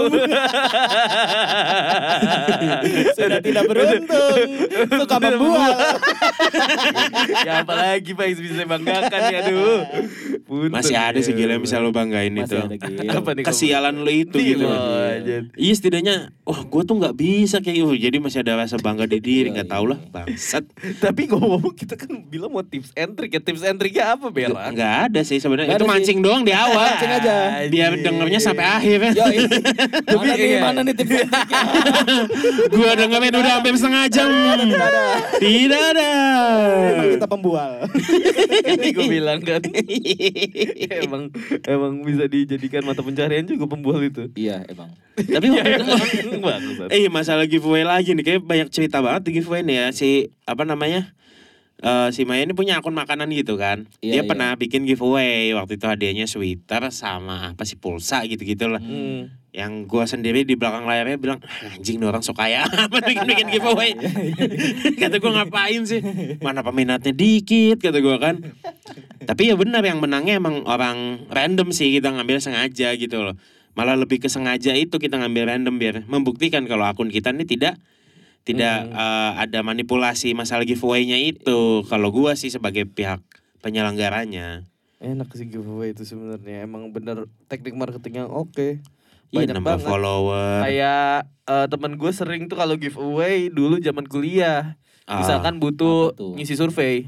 Sudah tidak beruntung. Suka membual. Ya apalagi Pak yang bisa saya banggakan ya aduh. Punten Masih ada sih gila yang bisa lo banggain Masih itu. ada, Gil. Apa nih? Kesialan lo itu Nih, gitu. loh, aja. Iya setidaknya, wah gue tuh nggak bisa kayak gitu. Jadi masih ada rasa bangga di diri, nggak tahu lah bangsat. Tapi ngomong kita kan bilang mau tips and trick ya. Tips and tricknya apa Bella? Nggak ada sih sebenarnya. Nggak Itu ada sih. mancing doang di awal. Mancing aja. Biar dengernya sampai akhir. Yo, mana nih, iya. mana nih tips and triknya? Gua dengerin udah hampir setengah jam. Tidak ada. Emang kita pembual. Ini gue bilang kan. emang emang bisa dijadikan mata pencarian juga pembual itu. Iya, emang. Tapi Ya waktu itu, emang bangsat. eh masalah giveaway lagi nih, kayak banyak cerita banget di giveaway nih ya. Si apa namanya? Eh si Maya ini punya akun makanan gitu kan. Dia Iya, iya. pernah bikin giveaway. Waktu itu hadiahnya sweater sama apa sih pulsa gitu-gitu lah. Hmm. Yang gua sendiri di belakang layarnya bilang, anjing nih orang sok kaya amat bikin-bikin giveaway. Kata gua ngapain sih? Mana peminatnya dikit kata gua kan. Tapi ya benar yang menangnya emang orang random sih, kita ngambil sengaja gitu loh. Malah lebih ke sengaja itu kita ngambil random biar membuktikan kalau akun kita ini tidak tidak Hmm. eh, ada manipulasi masalah giveaway-nya itu. Kalau gua sih sebagai pihak penyelenggaranya. Enak sih giveaway itu sebenarnya. Emang bener teknik marketing yang oke. Iya, Banyak nambah banget. follower. Kayak eh, teman gue sering tuh kalau giveaway dulu zaman kuliah. Ah. Misalkan butuh Apa tuh? ngisi survei.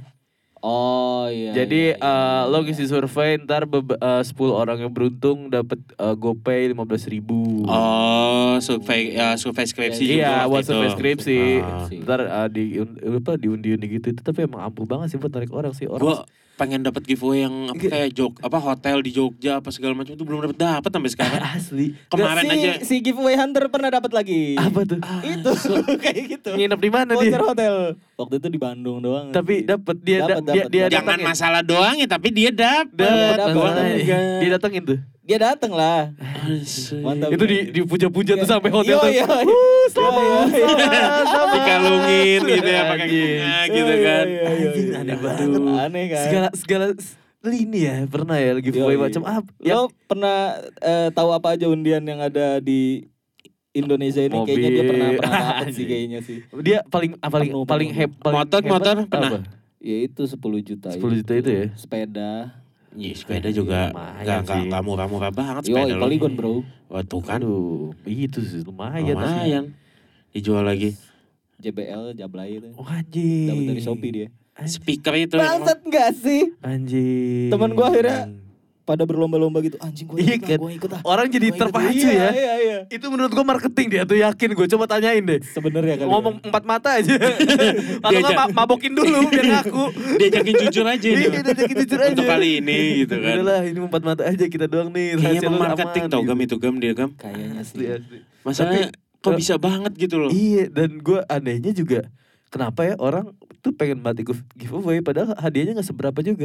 Oh iya. Jadi iya, iya, eh, lo iya. ngisi survei ntar bebe- eh, sepuluh orang yang beruntung dapat eh, GoPay lima belas ribu. Oh, survei ya, survei skripsi juga Iya, waktu buat itu. survei skripsi. Ah. Ntar eh, di apa diundi-undi gitu. Itu tapi emang ampuh banget sih buat tarik orang sih. Orang Gue pengen dapat giveaway yang apa, Gitu. kayak jog apa hotel di Jogja apa segala macam itu belum dapat dapat sampai sekarang. asli. Kemarin si, aja si giveaway hunter pernah dapat lagi. Apa tuh? Itu kayak gitu. Nginep di mana Voucher dia? hotel. Waktu itu di Bandung doang. Tapi sih. dapat dia Dapet, da- dia dapet, dia dapet. jangan datangin. masalah doang ya, tapi dia dapat. Dapat. dapet. masalahnya. Dia datangin tuh. Dia dateng lah. Mantap. Itu di dipuja-puja tuh sampai hotel Iya, tuh. iya. Uh, selamat, Iya, iya. selamat, selamat. Dikalungin gitu ya pakai Anjing. bunga gitu Iya, kan. iya, iya, iya. Anjing, aneh banget. Aduh, Aneh kan. Segala segala lini ya pernah ya giveaway Yoi. macam apa? Lo pernah eh, tahu apa aja undian yang ada di Indonesia ini? Kayaknya dia pernah Mobil. pernah dapet sih kayaknya sih. Dia paling ah, paling Penuh, paling penuh. heb paling Motor, hebat motor pernah? apa? Ya itu sepuluh juta. sepuluh juta itu ya? Sepeda. Iya, sepeda juga Lumayan nggak nggak sih. nggak murah-murah banget Yo, sepeda lo. Polygon bro. Oh, tuh kan. Aduh, itu sih lumayan. asli. Lumayan. Dijual lagi. J B L, Jablay itu. Oh, anjing. Dapat dari Shopee dia. Speaker itu. emang. Bangsat enggak sih? Anjing. Temen gua akhirnya pada berlomba-lomba gitu. Anjing gue Iya ikut kan. lah, gue ikut lah. Orang jadi Gua ikut. terpacu Iya, ya. Iya, iya. Itu menurut gua marketing dia tuh, yakin gue. Coba tanyain deh. Sebenarnya kali. Ngomong empat mata aja. Atau Diajak. nggak ma- mabokin dulu biar ngaku. Diajakin jujur aja Iya, itu. diajakin jujur aja. Untuk kali ini gitu kan. Udah lah, ini empat mata aja kita doang nih. Kayaknya rahasia lu emang marketing aman, tau gitu. gam itu gam dia gam. Kayaknya Asli, sih. asli. Masalahnya Tapi, kok eh, bisa banget gitu loh. Iya, dan gue anehnya juga kenapa ya orang tuh pengen banget ikut giveaway padahal hadiahnya nggak seberapa juga.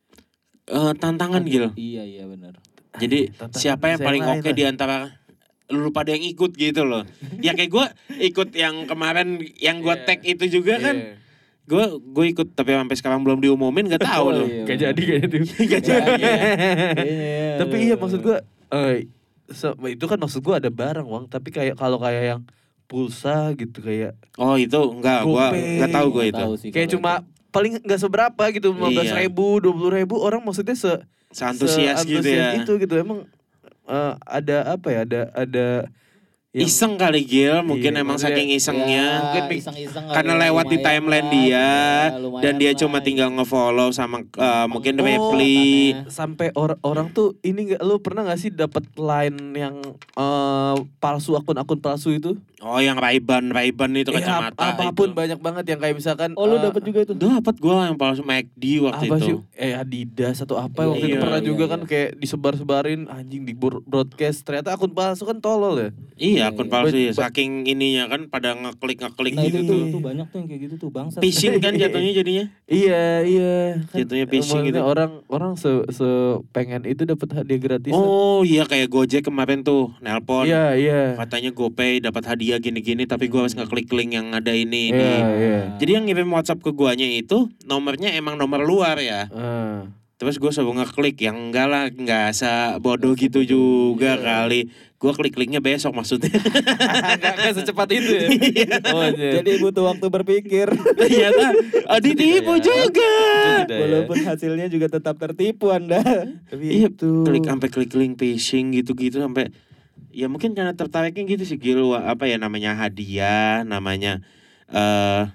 Eh, tantangan Gil. Iya, iya benar. Jadi Tantangan siapa yang bisa paling yang lain oke lah. di antara lu pada yang ikut gitu loh. Ya kayak gue ikut yang kemarin yang gue Iya. tag itu juga kan. Iya. Gue gue ikut tapi sampai sekarang belum diumumin gak tahu Oh, loh. iya. Gak jadi kayaknya tuh. Gak jadi. Kayaknya. Tapi iya maksud gue, eh, se- itu kan maksud gue ada barang Wang. Tapi kayak kalau kayak yang pulsa gitu kayak Oh itu enggak, gue GoPay. nggak tahu gue Nggak itu. tahu sih kayak kalau cuma itu. paling nggak seberapa gitu, lima belas Iya. ribu, dua puluh ribu orang maksudnya se Seantusias gitu ya. itu gitu emang eh, ada apa ya ada ada yang- Iseng kali Gil, mungkin Iya, emang maksudnya- saking isengnya. Ya, mungkin pik- iseng-iseng Karena kali, lewat di lumayan timeline lah, dia ya, lumayan dan dia lah. cuma tinggal nge-follow sama eh, mungkin Oh, reply. makanya. sampai or- orang tuh ini nggak, lu pernah nggak sih dapat line yang eh, palsu, akun-akun palsu itu? Oh yang Ray-Ban, Ray-Ban itu Iya, kacamata apapun itu. banyak banget yang kayak misalkan Oh lu eh, dapet juga itu? Dapat gue yang palsu McD waktu apa itu. sih eh Adidas atau apa waktu itu Iya, pernah iya, juga iya. kan kayak disebar-sebarin anjing di bro- broadcast, ternyata akun palsu kan tolol ya. Iya akun Iya, palsu iya. ya. Saking ininya kan pada ngeklik ngeklik Nah gitu itu tuh. tuh, tuh banyak tuh yang kayak gitu tuh bangsat. Phishing kan jatuhnya jadinya. Iya iya Jatuhnya phishing maksudnya gitu. orang orang se, se pengen itu dapat hadiah gratis. Oh iya kayak Gojek kemarin tuh nelpon. Iya iya. Katanya GoPay dapat hadiah gini-gini tapi gue harus ngeklik link yang ada ini Iya di. iya. Jadi yang ngirim WhatsApp ke guanya itu nomornya emang nomor luar ya. Ah. Terus gue selalu ngeklik yang enggak lah, enggak sebodoh gitu juga kali. Gue klik linknya besok maksudnya. Nggak nggak secepat itu ya. Oh, iya. Jadi butuh waktu berpikir. Ternyata oh, ditipu juga. Tidak ya. Walaupun hasilnya juga tetap tertipu Anda. Tapi Iya, itu klik sampai klik link phishing gitu-gitu sampai ya mungkin karena tertariknya gitu sih Gil, Wah, apa ya namanya hadiah, namanya eh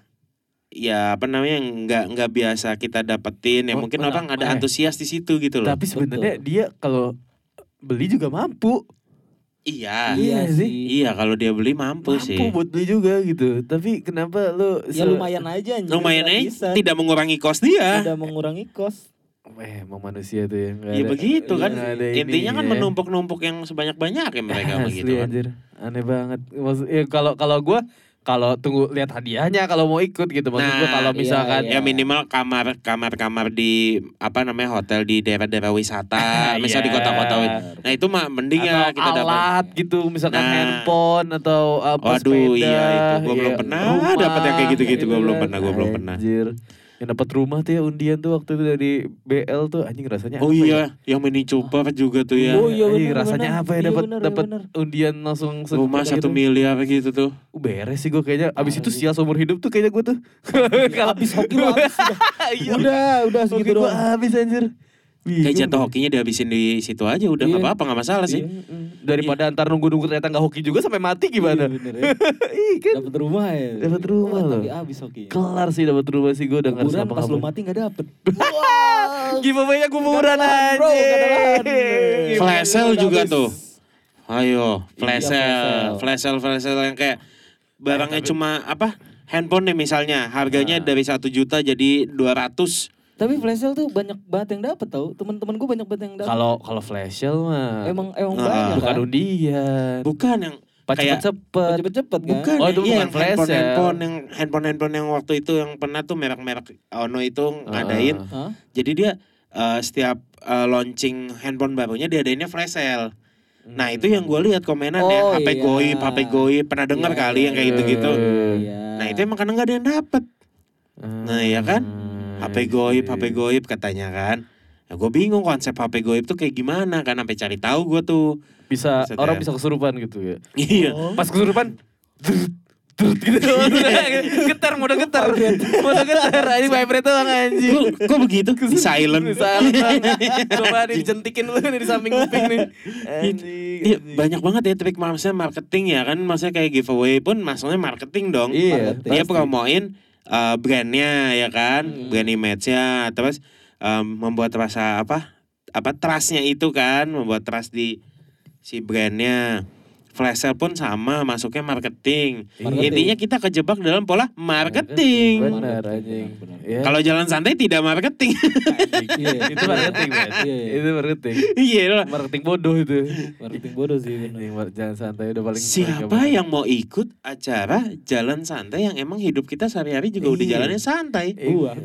ya apa namanya yang nggak nggak biasa kita dapetin ya Oh, mungkin nah, orang ada eh. antusias di situ gitu loh. Tapi sebenarnya dia kalau beli juga mampu. Iya. Iya sih. Iya kalau dia beli mampu, Mampu sih. buat beli juga gitu. Tapi kenapa lu Ya se- lumayan aja anjing. Lumayan gratisan. aja tidak mengurangi kos dia. Tidak mengurangi kos. Eh, emang manusia tuh ya. nggak Ya ada- begitu kan. nggak ada Intinya kan ininya. menumpuk-numpuk yang sebanyak-banyak ya mereka Asli, begitu kan. anjir. Aneh banget. Maksud ya kalau kalau gua kalau tunggu lihat hadiahnya kalau mau ikut gitu. Maksud gua Nah, kalau iya, misalkan iya. Ya minimal kamar kamar-kamar di apa namanya hotel di daerah-daerah wisata, misal di Iya. kota-kota. Nah itu mah mending ya atau kita dapat. alat gitu, misalkan Nah. handphone atau apa Waduh, sepeda. iya, itu gua belum ya, pernah rumah, dapet yang kayak gitu-gitu, gua belum kan. pernah, gua belum pernah. Anjir. Yang dapat rumah tuh ya undian tuh waktu itu dari B L tuh anjing rasanya Oh apa ya? iya, yang Mini Cooper juga tuh ya. Oh iya Anjing, bener, rasanya bener. apa ya Iya, dapat bener, dapat bener. undian langsung se- Rumah gitu. satu miliar gitu tuh. Uh, beres sih gue kayaknya. Abis itu Anjing. sial seumur hidup tuh kayaknya gue tuh. Kalau Habis hoki lu habis udah. Iya. Udah, udah Hoki segitu gue doang. habis anjir. Kayak Bingung jatuh gue. hokinya dihabisin di situ aja udah nggak Iya. apa-apa nggak masalah sih. Iya, mm. Daripada antar nunggu-nunggu ternyata gak hoki juga sampai mati gimana? Iya, bener ya. Iya kan. Dapat rumah ya. Dapat rumah Oh, loh. Tapi habis hoki. Kelar sih dapat rumah sih gue udah nggak Kuburan sama pas lu apa. mati gak dapet. Giveaway-nya kuburan Gak ada lahan, bro, gak ada lahan. anjing. Flash sale Udah juga habis. tuh. Ayo, flash Iya, sale, flash sale. flash sale, flash sale yang kayak barangnya cuma apa? Handphone nih misalnya, harganya dari satu juta jadi dua ratus. Tapi flash sale tuh banyak banget yang dapet tau. Temen-temen gue banyak banget yang dapet. Kalau kalau flash sale mah Emang emang Nah, banyak bukan kan. undian. Bukan yang Pas kayak cepet-cepet. Cepet-cepet kan. bukan Oh, yang, itu iya, bukan yang flash handphone, sale. handphone yang handphone handphone yang waktu itu yang pernah tuh merek-merek Ono itu ngadain. Hah? Jadi dia eh, setiap eh, launching handphone barunya diadainnya flash sale. Nah itu yang gue lihat komenan ya, Oh, H P iya. goib, H P goib, pernah dengar Iya, kali iya, yang kayak iya, gitu-gitu. iya. Nah itu emang karena nggak ada yang dapet. Nah ya kan, H P goib, H P goib katanya kan. Nah, gue bingung konsep H P goib tuh kayak gimana kan, sampai cari tahu gue tuh. Bisa Maksudnya. orang bisa kesurupan gitu ya. Iya. Oh. Pas kesurupan drut, drut gitu. Getar mode getar. Mode getar anjing vibrate doang anjing. Kok, kok begitu? Di silent. Di silent banget. Coba nih dijentikin lu nih di samping kuping nih. Anjing. Iya anjing. banyak banget ya trik maksudnya marketing ya kan, maksudnya kayak giveaway pun maksudnya marketing dong. Iya. Dia pasti. promoin uh, brandnya ya kan, brand image-nya, terus um, membuat rasa apa, apa trust-nya itu kan, membuat trust di si brandnya. Flash sale pun sama, masuknya marketing. Marketing. Intinya kita kejebak dalam pola marketing. Benar anjing. Ya. Kalau jalan santai tidak marketing. Iya. itu marketing, man. Iya, iya. Itu marketing. Iya lah. Marketing bodoh itu. Marketing bodoh sih. bener. Anjing, mar- jangan santai udah paling Siapa yang mau ikut acara jalan santai yang emang hidup kita sehari-hari juga udah Iya. jalannya santai? Gua.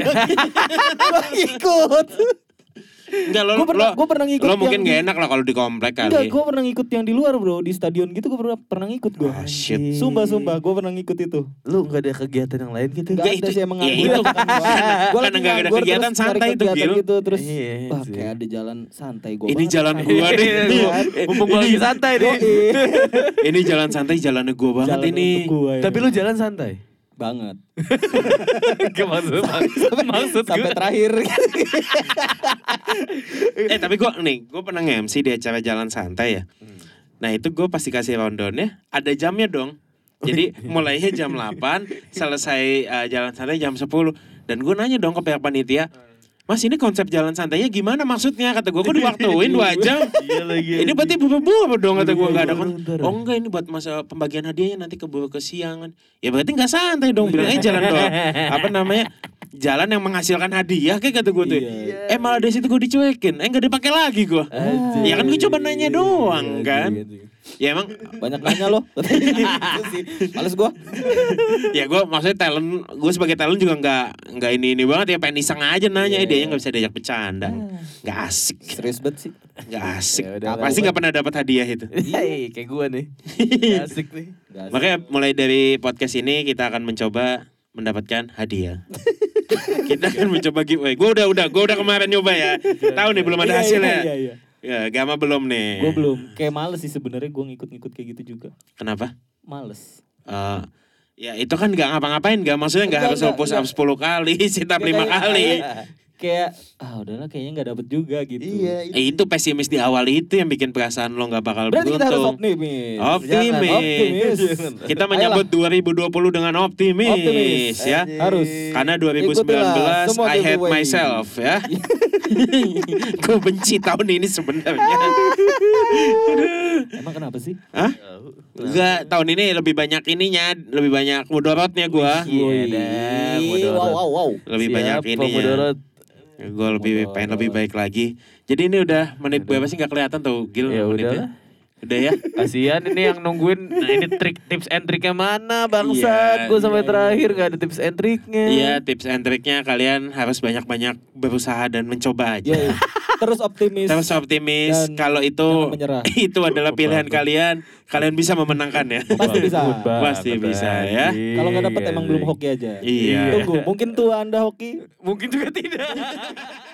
Gua ikut. Enggak lo, Gua pernah- lo, gua pernah ngikut lo mungkin yang gak di- enak lah kalau di komplek Enggak, kali. gue pernah ngikut yang di luar bro. Di stadion gitu gue pernah, pernah ngikut gue. Oh, shit. Sumpah, sumpah. Gue pernah ngikut itu. Lu gak ada kegiatan yang lain gitu? Gak Ya, ada itu- sih emang ya, nganggur itu. kan gua. Gua Karena lagi nggak ada nganggur, kegiatan terus cari santai tuh, kegiatan Gil. gitu. Terus Iya, wah sih. kayak ada jalan santai gue. Ini jalan gua nih. Mumpung gua lagi santai nih. Ini jalan santai, jalannya gua banget Jalan ini. untuk gua, ya. Tapi lu jalan santai? banget. Gak maksud maksud Sampai gue. terakhir. Eh tapi gua nih, gua pernah nge-M C di acara jalan santai ya. Nah itu gue pasti kasih rundownnya, ada jamnya dong. Jadi mulainya jam delapan, selesai uh, jalan santai jam sepuluh. Dan gue nanya dong ke pihak panitia, Mas ini konsep jalan santainya gimana maksudnya? Kata gue, kok diwaktuin dua jam? Iya lagi. Ini berarti buru-buru dong, kata gue, gak ada kon. Buru-buru ntar. Oh enggak, ini buat masa pembagian hadiahnya nanti keburu kesiangan. Ya berarti gak santai dong, bilangnya jalan doang. Apa namanya, jalan yang menghasilkan hadiah kayak kata gue tuh. Iya. Eh malah dari situ gue dicuekin, eh gak dipakai lagi gue. Anjing. Ya kan gue coba nanya doang kan. Anjing, anjing. Ya emang, Banyak nanya loh. Itu sih. Males gue. ya gue maksudnya talent, gue sebagai talent juga gak, gak ini-ini banget ya, pengen iseng aja nanya, Iya. eh, dia gak bisa diajak bercanda. Gak asik, Serius banget sih. gak asik. Ya udah, Pasti lah. gak pernah dapat hadiah itu. Iya, kayak gue nih. Asik nih. Gak asik. Makanya mulai dari podcast ini kita akan mencoba mendapatkan hadiah. Kita akan mencoba giveaway. Gue udah udah, gue udah kemarin nyoba ya. Tahu nih belum ada Iya, hasilnya. Iya, iya. Ya, Gama belum nih. Gue belum. Kayak males sih sebenarnya gue ngikut-ngikut kayak gitu juga. Kenapa? Males. Eh, ya itu kan gak ngapa-ngapain, gak maksudnya gak Enggak, harus enggak, push up enggak. sepuluh kali, sit up Kayak- lima kali. Kayak ah udahlah kayaknya nggak dapet juga gitu. Eh, itu pesimis di awal itu yang bikin perasaan lo gak bakal Berarti kita harus beruntung. optimis. Optimis. Optimis. Kita menyambut dua ribu dua puluh dengan optimis, Optimis. ya. Harus. Karena dua ribu sembilan belas Ikutilah semua I hate giveaway. myself ya. Gue benci tahun ini sebenarnya. Emang kenapa sih? Hah? Enggak, tahun ini lebih banyak ininya, lebih banyak mudorotnya gue. Iya dah, Wih, mudorot. wow wow wow. Lebih banyak Siapa ininya. mudorot? Gue lebih pengen lebih baik lagi. Jadi ini udah menit berapa sih nggak kelihatan tuh, Gil? Ya menitnya? udahlah. Udah ya. Kasihan ini yang nungguin. Nah ini trik tips and triknya mana bangsat? Iya, Gue sampai iya, terakhir gak ada tips and triknya. Iya, tips and triknya kalian harus banyak-banyak berusaha dan mencoba aja. Iya, iya. Terus optimis. Terus optimis Dan kalau itu jangan menyerah. itu adalah pilihan kalian, kalian bisa memenangkan ya. Pasti bisa. Pasti bisa, ya. Kalau nggak dapat emang belum hoki aja. Iya. Tunggu, mungkin tuh Anda hoki. Mungkin juga tidak.